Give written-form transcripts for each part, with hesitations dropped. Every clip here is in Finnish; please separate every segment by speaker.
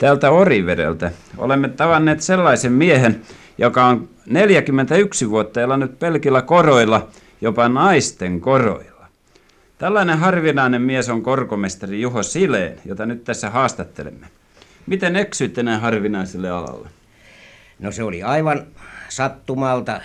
Speaker 1: täältä Orivedeltä. Olemme tavanneet sellaisen miehen, joka on 41 vuotta elänyt pelkillä koroilla, jopa naisten koroilla. Tällainen harvinainen mies on korkomestari Juho Silén, jota nyt tässä haastattelemme. Miten eksyitte näin harvinaiselle alalle?
Speaker 2: No se oli aivan sattumalta.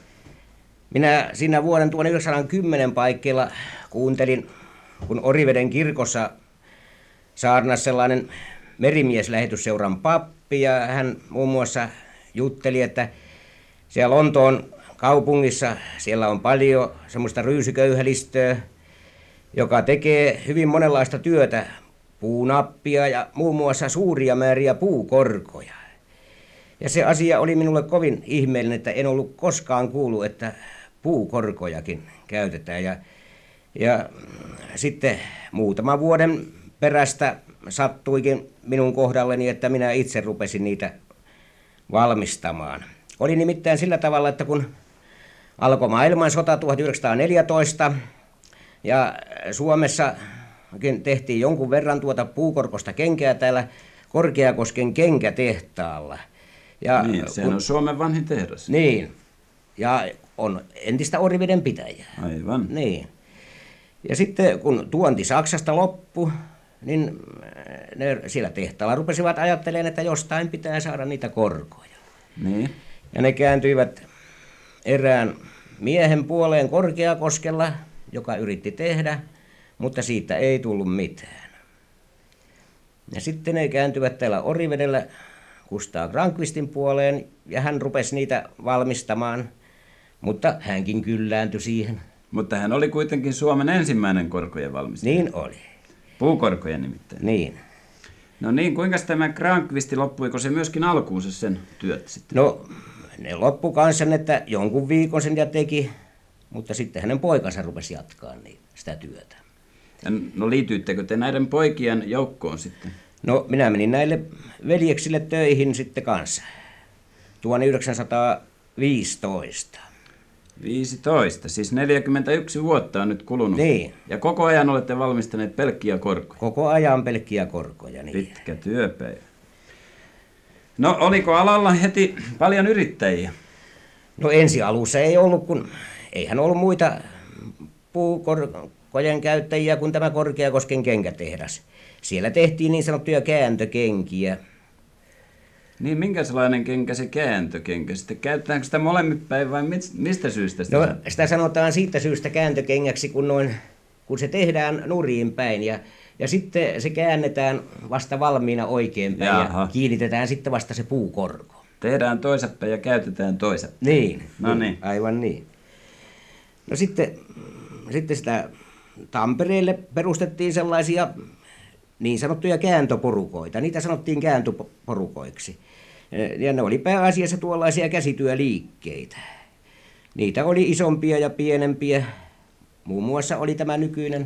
Speaker 2: Minä siinä vuoden 1910 paikkeilla kuuntelin, kun Oriveden kirkossa saarnasi sellainen merimieslähetysseuran pappi, ja hän muun muassa jutteli, että siellä Lontoon kaupungissa siellä on paljon semmoista ryysiköyhälistöä, joka tekee hyvin monenlaista työtä, puunappia ja muun muassa suuria määriä puukorkoja. Ja se asia oli minulle kovin ihmeellinen, että en ollut koskaan kuullut, että puukorkojakin käytetään. Ja sitten muutaman vuoden perästä sattuikin minun kohdalleni, että minä itse rupesin niitä valmistamaan. Oli nimittäin sillä tavalla, että kun alkoi maailmansota 1914 ja Suomessakin tehtiin jonkun verran tuota puukorkosta kenkää täällä Korkeakosken kenkätehtaalla. Ja
Speaker 1: niin, se on Suomen vanhin tehdas.
Speaker 2: Niin, ja on entistä Oriveden pitäjää.
Speaker 1: Aivan.
Speaker 2: Niin. Ja sitten kun tuonti Saksasta loppui, niin ne siellä tehtaalla rupesivat ajattelemaan, että jostain pitää saada niitä korkoja.
Speaker 1: Niin.
Speaker 2: Ja ne kääntyivät erään miehen puoleen Korkeakoskella, joka yritti tehdä, mutta siitä ei tullut mitään. Ja sitten ne kääntyivät täällä Orivedellä Kustaa Granqvistin puoleen, ja hän rupesi niitä valmistamaan, mutta hänkin kyllääntyi siihen.
Speaker 1: Mutta hän oli kuitenkin Suomen ensimmäinen korkojen valmistaja.
Speaker 2: Niin oli.
Speaker 1: Puukorkojen nimittäin.
Speaker 2: Niin.
Speaker 1: No niin, kuinka tämä Granqvisti loppuiko se myöskin alkuunsa sen työt sitten?
Speaker 2: No, ne loppu kanssa, että jonkun viikon sen ja teki, mutta sitten hänen poikansa rupesi jatkaa sitä työtä.
Speaker 1: No liityittekö te näiden poikien joukkoon sitten?
Speaker 2: No, minä menin näille veljeksille töihin sitten kanssa. 1915.
Speaker 1: 15, siis 41 vuotta on nyt kulunut.
Speaker 2: Niin.
Speaker 1: Ja koko ajan olette valmistaneet pelkkiä korkoja.
Speaker 2: Koko ajan pelkkiä korkoja, niin.
Speaker 1: Pitkä työpäivä. No, oliko alalla heti paljon yrittäjiä?
Speaker 2: No ensi alussa ei ollut, kun eihän ollut muita puukorkojen käyttäjiä kuin tämä Korkeakosken kenkätehdas. Siellä tehtiin niin sanottuja kääntökenkiä.
Speaker 1: Niin, minkä sellainen kenkä se kääntökenkä? Sitten käytetäänkö sitä molemmin päin vai mistä syystä sitä?
Speaker 2: No, sitä sanotaan siitä syystä kääntökengäksi, kun se tehdään nuriin päin ja sitten se käännetään vasta valmiina oikein päin.
Speaker 1: Jaha.
Speaker 2: Ja kiinnitetään sitten vasta se puukorko.
Speaker 1: Tehdään toisapäin ja käytetään toisapäin.
Speaker 2: Niin,
Speaker 1: No niin.
Speaker 2: Aivan niin. No sitten sitä Tampereelle perustettiin sellaisia niin sanottuja kääntöporukoita. Niitä sanottiin kääntöporukoiksi. Ja ne oli pääasiassa tuollaisia käsityöliikkeitä. Niitä oli isompia ja pienempiä. Muun muassa oli tämä nykyinen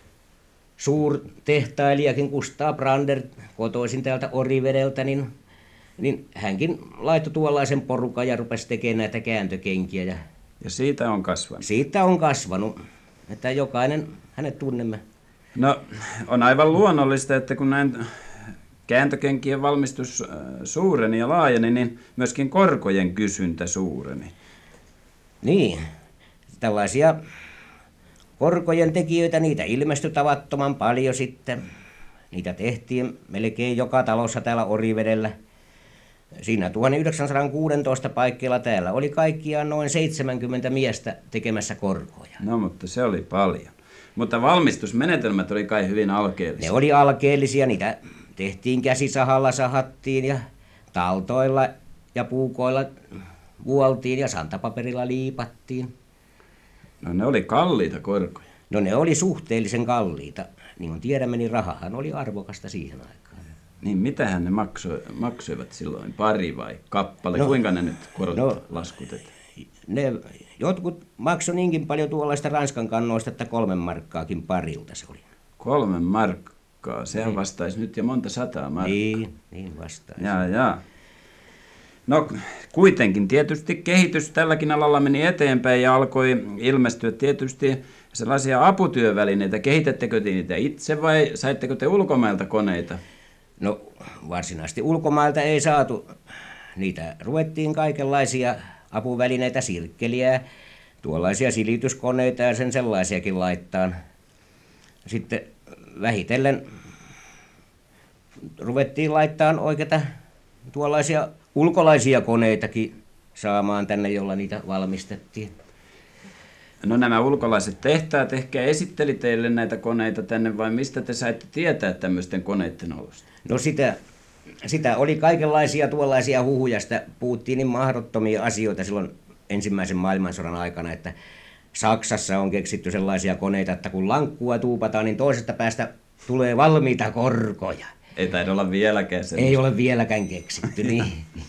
Speaker 2: suurtehtailijakin Kustaa Brander, kotoisin täältä Orivedeltä, niin hänkin laittoi tuollaisen porukan ja rupesi tekemään näitä kääntökenkiä.
Speaker 1: Ja siitä on kasvanut?
Speaker 2: Siitä on kasvanut, että jokainen hänet tunnemme.
Speaker 1: No, on aivan luonnollista, että kun näin kääntökenkien valmistus suureni ja laajeni, niin myöskin korkojen kysyntä suureni.
Speaker 2: Niin, tällaisia korkojen tekijöitä, niitä ilmestyi tavattoman paljon sitten. Niitä tehtiin melkein joka talossa täällä Orivedellä. Siinä 1916 paikkeilla täällä oli kaikkiaan noin 70 miestä tekemässä korkoja.
Speaker 1: No, mutta se oli paljon. Mutta valmistusmenetelmät oli kai hyvin alkeellisia.
Speaker 2: Ne oli alkeellisia, niitä tehtiin käsisahalla, sahattiin ja taltoilla ja puukoilla vuoltiin ja santapaperilla liipattiin.
Speaker 1: No, ne oli kalliita korkoja.
Speaker 2: No ne oli suhteellisen kalliita. Niin kuin tiedämme, niin rahahan oli arvokasta siihen aikaan.
Speaker 1: Niin mitähän ne maksoivat silloin? Pari vai kappale? No, kuinka ne nyt korot laskutetaan?
Speaker 2: Ne jotkut maksoi niinkin paljon tuollaista Ranskan kannoista, että 3 markkaakin parilta se oli.
Speaker 1: 3 markkaa? Sehän vastaisi nyt jo monta 100 markkaa.
Speaker 2: Niin vastaisi.
Speaker 1: Jaa. No kuitenkin tietysti kehitys tälläkin alalla meni eteenpäin ja alkoi ilmestyä tietysti sellaisia aputyövälineitä. Kehitettekö te niitä itse vai saitteko te ulkomailta koneita?
Speaker 2: No varsinaisesti ulkomailta ei saatu. Niitä ruvettiin kaikenlaisia apuvälineitä, sirkkeliä, tuollaisia silityskoneita ja sen sellaisiakin laittaa. Sitten vähitellen ruvettiin laittaa oikeita tuollaisia ulkolaisia koneitakin saamaan tänne, jolla niitä valmistettiin.
Speaker 1: No nämä ulkolaiset tehtaat ehkä esitteli teille näitä koneita tänne, vai mistä te saitte tietää tämmöisten koneiden olosta?
Speaker 2: No sitä oli kaikenlaisia tuollaisia huhuja, sitä puhuttiin niin mahdottomia asioita silloin ensimmäisen maailmansodan aikana, että Saksassa on keksitty sellaisia koneita, että kun lankkua tuupataan, niin toisesta päästä tulee valmiita korkoja.
Speaker 1: Ei taida olla vieläkään sellaista.
Speaker 2: Ei ole vieläkään keksitty, niin.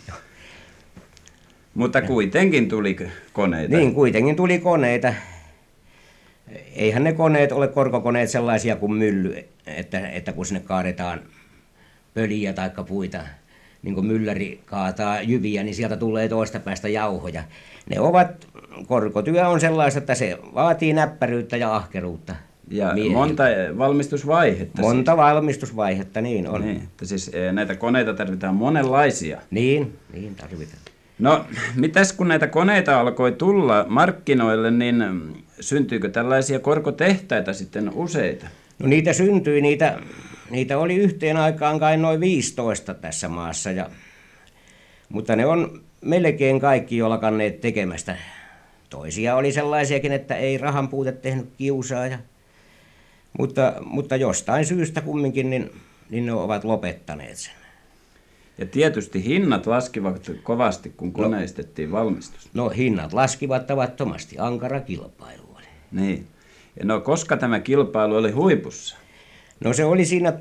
Speaker 1: Mutta kuitenkin tuli koneita.
Speaker 2: Niin, kuitenkin tuli koneita. Eihän ne koneet ole korkokoneet sellaisia kuin mylly, että kun sinne kaadetaan pöliä tai puita, niin kuin mylläri kaataa jyviä, niin sieltä tulee toista päästä jauhoja. Korkotyö on sellaista, että se vaatii näppäryyttä ja ahkeruutta.
Speaker 1: Ja monta valmistusvaihetta.
Speaker 2: Monta valmistusvaihetta, niin on.
Speaker 1: Niin, että siis näitä koneita tarvitaan monenlaisia.
Speaker 2: Niin tarvitaan.
Speaker 1: No, mitäs kun näitä koneita alkoi tulla markkinoille, niin syntyykö tällaisia korkotehtaita sitten useita?
Speaker 2: No niitä syntyi, niitä oli yhteen aikaan kai noin 15 tässä maassa, mutta ne on melkein kaikki jo alkaneet tekemästä. Toisia oli sellaisiakin, että ei rahan puute tehnyt kiusaa, mutta jostain syystä kumminkin niin ne ovat lopettaneet sen.
Speaker 1: Ja tietysti hinnat laskivat kovasti, kun koneistettiin valmistus.
Speaker 2: No hinnat laskivat tavattomasti, ankara kilpailu oli.
Speaker 1: Niin. No koska tämä kilpailu oli huipussa?
Speaker 2: No se oli siinä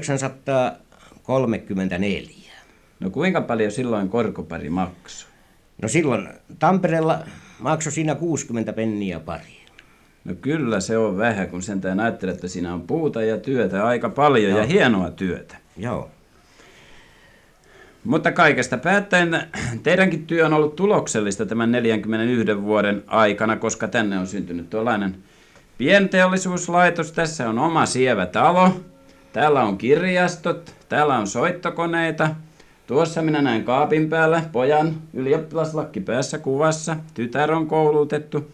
Speaker 2: 1934.
Speaker 1: No kuinka paljon silloin korkopari maksoi?
Speaker 2: No silloin Tampereella maksoi siinä 60 penniä pari.
Speaker 1: No kyllä se on vähän, kun sentään ajattelee, että siinä on puuta ja työtä aika paljon ja hienoa työtä.
Speaker 2: Joo.
Speaker 1: Mutta kaikesta päättäen teidänkin työ on ollut tuloksellista tämän 41 vuoden aikana, koska tänne on syntynyt tuollainen pienteollisuuslaitos. Tässä on oma sievä talo, täällä on kirjastot, täällä on soittokoneita. Tuossa minä näen kaapin päällä pojan ylioppilaslakki päässä kuvassa, tytär on koulutettu.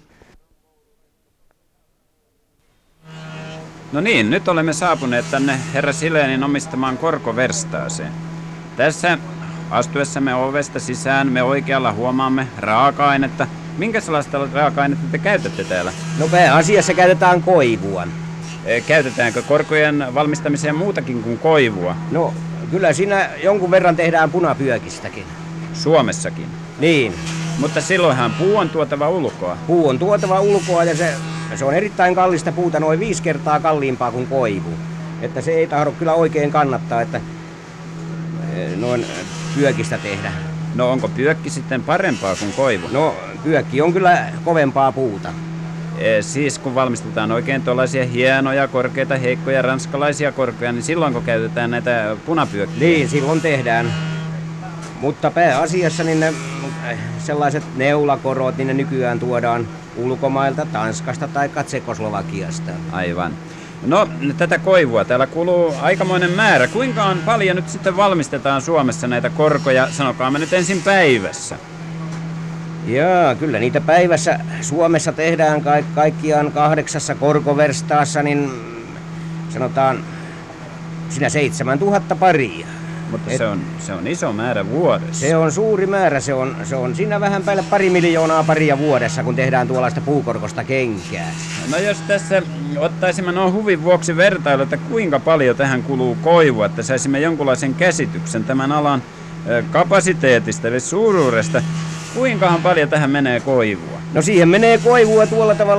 Speaker 1: No niin, nyt olemme saapuneet tänne herra Silenin omistamaan korkoverstaaseen. Tässä astuessamme ovesta sisään me oikealla huomaamme raaka-ainetta. Minkä sellaista raaka-ainetta te käytätte täällä?
Speaker 2: No pääasiassa käytetään koivua.
Speaker 1: Käytetäänkö korkojen valmistamiseen muutakin kuin koivua?
Speaker 2: No kyllä siinä jonkun verran tehdään punapyökistäkin.
Speaker 1: Suomessakin?
Speaker 2: Niin.
Speaker 1: Mutta silloinhan puu on tuotava ulkoa.
Speaker 2: Puu on tuotava ulkoa ja se on erittäin kallista puuta, noin 5 kertaa kalliimpaa kuin koivu. Että se ei tahdo kyllä oikein kannattaa, että noin pyökistä tehdä.
Speaker 1: No onko pyökki sitten parempaa kuin koivu?
Speaker 2: No pyökki on kyllä kovempaa puuta.
Speaker 1: Siis kun valmistetaan oikein tuollaisia hienoja, korkeita, heikkoja, ranskalaisia korkoja, niin silloin kun käytetään näitä punapyökkiä?
Speaker 2: Niin, silloin tehdään. Mutta pääasiassa niin ne sellaiset neulakorot, niin ne nykyään tuodaan ulkomailta, Tanskasta tai Tsekoslovakiasta.
Speaker 1: Aivan. No, tätä koivua täällä kuluu aikamoinen määrä. Kuinka on paljon nyt sitten valmistetaan Suomessa näitä korkoja, sanokaamme nyt ensin päivässä?
Speaker 2: Jaa, kyllä niitä päivässä Suomessa tehdään kaikkiaan 8 korkoverstaassa, niin sanotaan siinä 7000 paria.
Speaker 1: Mutta se on iso määrä vuodessa.
Speaker 2: Se on suuri määrä, se on siinä vähän päälle 2 miljoonaa paria vuodessa, kun tehdään tuollaista puukorkosta kenkää.
Speaker 1: No jos tässä ottaisimme noin huvin vuoksi vertailu, että kuinka paljon tähän kuluu koivua, että saisimme jonkunlaisen käsityksen tämän alan kapasiteetista eli suuruudesta. Kuinkahan paljon tähän menee koivua?
Speaker 2: No siihen menee koivua tuolla tavalla,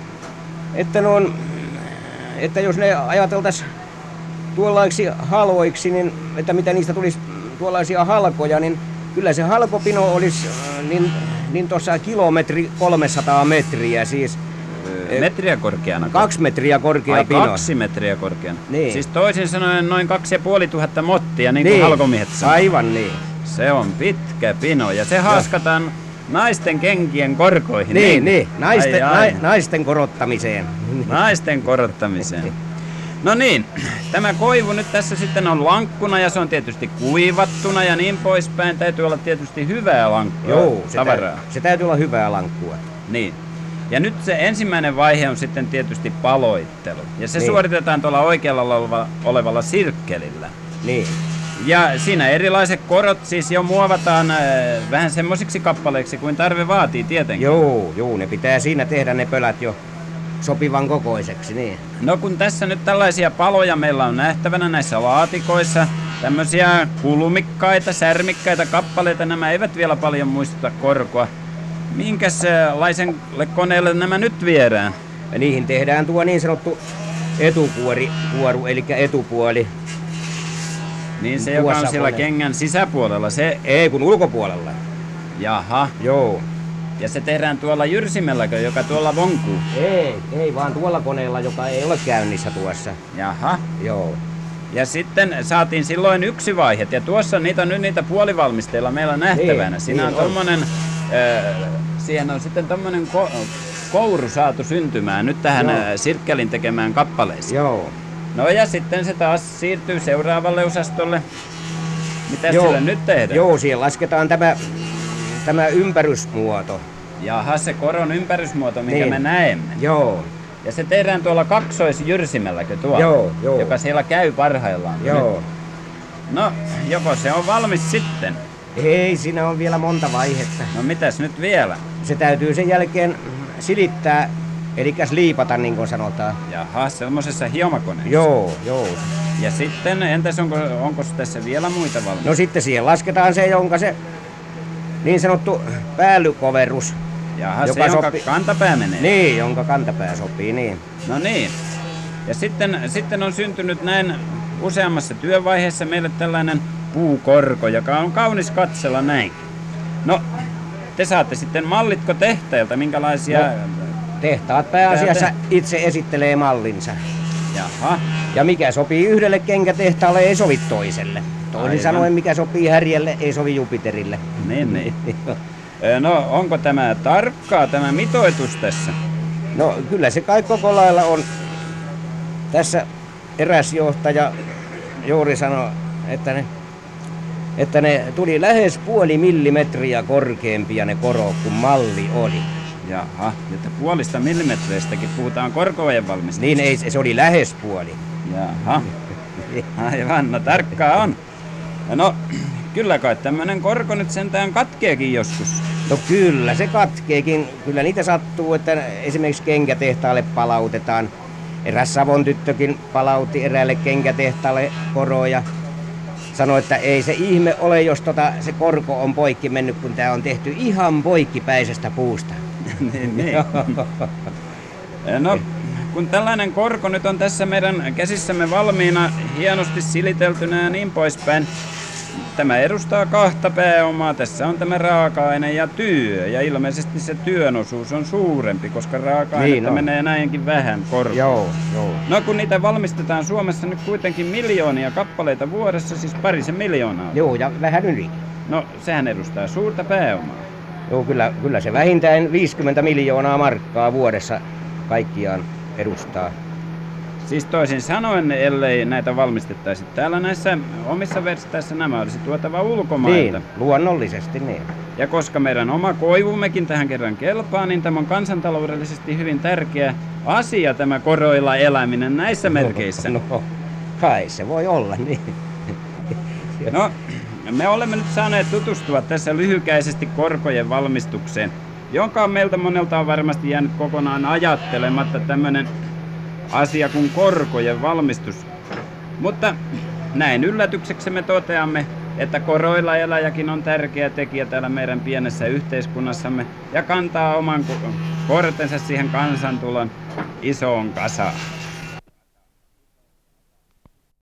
Speaker 2: että jos ne ajateltaisiin tuollaiksi haloiksi, niin että mitä niistä tulisi tuollaisia halkoja, niin kyllä se halkopino olisi niin tuossa kilometri 300 metriä siis.
Speaker 1: Metriä korkeana?
Speaker 2: 2 metriä korkea
Speaker 1: Ai,
Speaker 2: pino.
Speaker 1: 2 metriä korkeana.
Speaker 2: Niin.
Speaker 1: Siis toisin sanoen noin 2500 mottia, niin kuin halkomiehet sanoo.
Speaker 2: Aivan niin.
Speaker 1: Se on pitkä pino ja se haaskataan naisten kenkien korkoihin.
Speaker 2: Niin. Naisten korottamiseen.
Speaker 1: Naisten korottamiseen. No niin, tämä koivu nyt tässä sitten on lankkuna ja se on tietysti kuivattuna ja niin poispäin. Täytyy olla tietysti hyvää lankkua,
Speaker 2: Joo,
Speaker 1: tavaraa.
Speaker 2: se täytyy olla hyvää lankkua.
Speaker 1: Niin. Ja nyt se ensimmäinen vaihe on sitten tietysti paloittelu. Ja se
Speaker 2: Niin.
Speaker 1: suoritetaan tuolla oikealla olevalla sirkkelillä.
Speaker 2: Niin.
Speaker 1: Ja siinä erilaiset korot siis jo muovataan vähän semmoisiksi kappaleiksi kuin tarve vaatii tietenkin.
Speaker 2: Joo, ne pitää siinä tehdä ne pölät jo sopivan kokoiseksi, niin.
Speaker 1: No kun tässä nyt tällaisia paloja meillä on nähtävänä näissä laatikoissa, tämmöisiä kulmikkaita, särmikkäitä kappaleita, nämä eivät vielä paljon muistuta korkoa. Minkälaiselle koneelle nämä nyt viedään?
Speaker 2: Ja niihin tehdään tuo niin sanottu etukuoru, eli etupuoli.
Speaker 1: Niin se, joka on
Speaker 2: Tuossa
Speaker 1: siellä
Speaker 2: kone.
Speaker 1: kengän sisäpuolella, se...
Speaker 2: Ei kun ulkopuolella.
Speaker 1: Jaha.
Speaker 2: Joo.
Speaker 1: Ja se tehdään tuolla jyrsimelläkö, joka tuolla vonkuu?
Speaker 2: Ei vaan tuolla koneella, joka ei ole käynnissä tuossa.
Speaker 1: Jaha.
Speaker 2: Joo.
Speaker 1: Ja sitten saatiin silloin yksi vaihe, ja tuossa niitä on nyt niitä puolivalmisteilla meillä nähtävänä.
Speaker 2: Niin,
Speaker 1: Siinä
Speaker 2: niin
Speaker 1: on tommonen, siihen on sitten tommonen kouru saatu syntymään nyt tähän
Speaker 2: Joo.
Speaker 1: sirkkelin tekemään kappaleeseen.
Speaker 2: Joo.
Speaker 1: No ja sitten se taas siirtyy seuraavalle osastolle. Mitä sille nyt tehdään?
Speaker 2: Joo, siellä lasketaan tämä ympärysmuoto.
Speaker 1: Jaha, se koron ympärysmuoto, minkä
Speaker 2: Niin.
Speaker 1: me näemme.
Speaker 2: Joo.
Speaker 1: Ja se tehdään tuolla kaksoisjyrsimelläkö tuolla?
Speaker 2: Joo.
Speaker 1: Joka siellä käy parhaillaan.
Speaker 2: Joo.
Speaker 1: No, joko se on valmis sitten?
Speaker 2: Ei, siinä on vielä monta vaihetta.
Speaker 1: No mitäs nyt vielä?
Speaker 2: Se täytyy sen jälkeen silittää, eli liipata niin kuin sanotaan.
Speaker 1: Jaha, semmoisessa hiomakoneessa.
Speaker 2: Joo.
Speaker 1: Ja sitten, entäs onko tässä vielä muita valmiita?
Speaker 2: No sitten siihen lasketaan se, jonka se niin sanottu päällykoverus.
Speaker 1: Jaha,
Speaker 2: joka
Speaker 1: se jonka
Speaker 2: sopi-
Speaker 1: kantapää menee.
Speaker 2: Niin, jonka kantapää sopii, niin.
Speaker 1: No niin. Ja sitten on syntynyt näin useammassa työvaiheessa meille tällainen puukorko, joka on kaunis katsella näin. No, te saatte sitten mallitko tehtailta, minkälaisia...
Speaker 2: No. Tehtaat pääasiassa itse esittelee mallinsa.
Speaker 1: Jaha.
Speaker 2: Ja mikä sopii yhdelle kenkätehtaalle, ei sovi toiselle. Toisin
Speaker 1: Aivan.
Speaker 2: sanoen, mikä sopii Härjälle, ei sovi Jupiterille.
Speaker 1: Niin. No, onko tämä tarkkaa tämä mitoitus tässä?
Speaker 2: No kyllä se kai koko lailla on. Tässä eräs johtaja juuri sanoi, että ne tuli lähes 0,5 millimetriä korkeampia ne korot kuin malli oli.
Speaker 1: Jaha, että puolista millimetreistäkin puhutaan korkojen valmistelusta.
Speaker 2: Niin ei, se oli lähes puoli.
Speaker 1: Jaha, aivan, no tarkkaa on. No, kyllä kai tämmönen korko nyt sentään katkeekin joskus.
Speaker 2: No kyllä, se katkeekin. Kyllä niitä sattuu, että esimerkiksi kenkätehtaalle palautetaan. Eräs Savon tyttökin palautti eräälle kenkätehtaalle koroja. Sanoi, että ei se ihme ole, jos se korko on poikki mennyt, kun tää on tehty ihan poikkipäisestä puusta.
Speaker 1: niin. No, kun tällainen korko nyt on tässä meidän käsissämme valmiina, hienosti siliteltynä ja niin poispäin. Tämä edustaa kahta pääomaa. Tässä on tämä raaka-aine ja työ. Ja ilmeisesti se työn osuus on suurempi, koska raaka-ainetta
Speaker 2: Niin on.
Speaker 1: menee näinkin vähän korkoon.
Speaker 2: Joo.
Speaker 1: No kun niitä valmistetaan Suomessa nyt kuitenkin miljoonia kappaleita vuodessa, siis 2 miljoonaa.
Speaker 2: Joo, ja vähän yli.
Speaker 1: No sehän edustaa suurta pääomaa.
Speaker 2: Joo, kyllä se vähintään 50 miljoonaa markkaa vuodessa kaikkiaan edustaa.
Speaker 1: Siis toisin sanoen, ellei näitä valmistettaisi täällä näissä omissa verstaissa, nämä olisi tuotava ulkomailta.
Speaker 2: Niin, luonnollisesti niin.
Speaker 1: Ja koska meidän oma koivummekin tähän kerran kelpaa, niin tämä on kansantaloudellisesti hyvin tärkeä asia, tämä koroilla eläminen näissä merkeissä.
Speaker 2: No, kai se voi olla, niin.
Speaker 1: No, me olemme nyt saaneet tutustua tässä lyhykäisesti korkojen valmistukseen, jonka meiltä monelta on varmasti jäänyt kokonaan ajattelematta tämmönen asia kuin korkojen valmistus. Mutta näin yllätykseksemme toteamme, että koroilla eläjäkin on tärkeä tekijä täällä meidän pienessä yhteiskunnassamme ja kantaa oman kortensa siihen kansantulon isoon kasaan.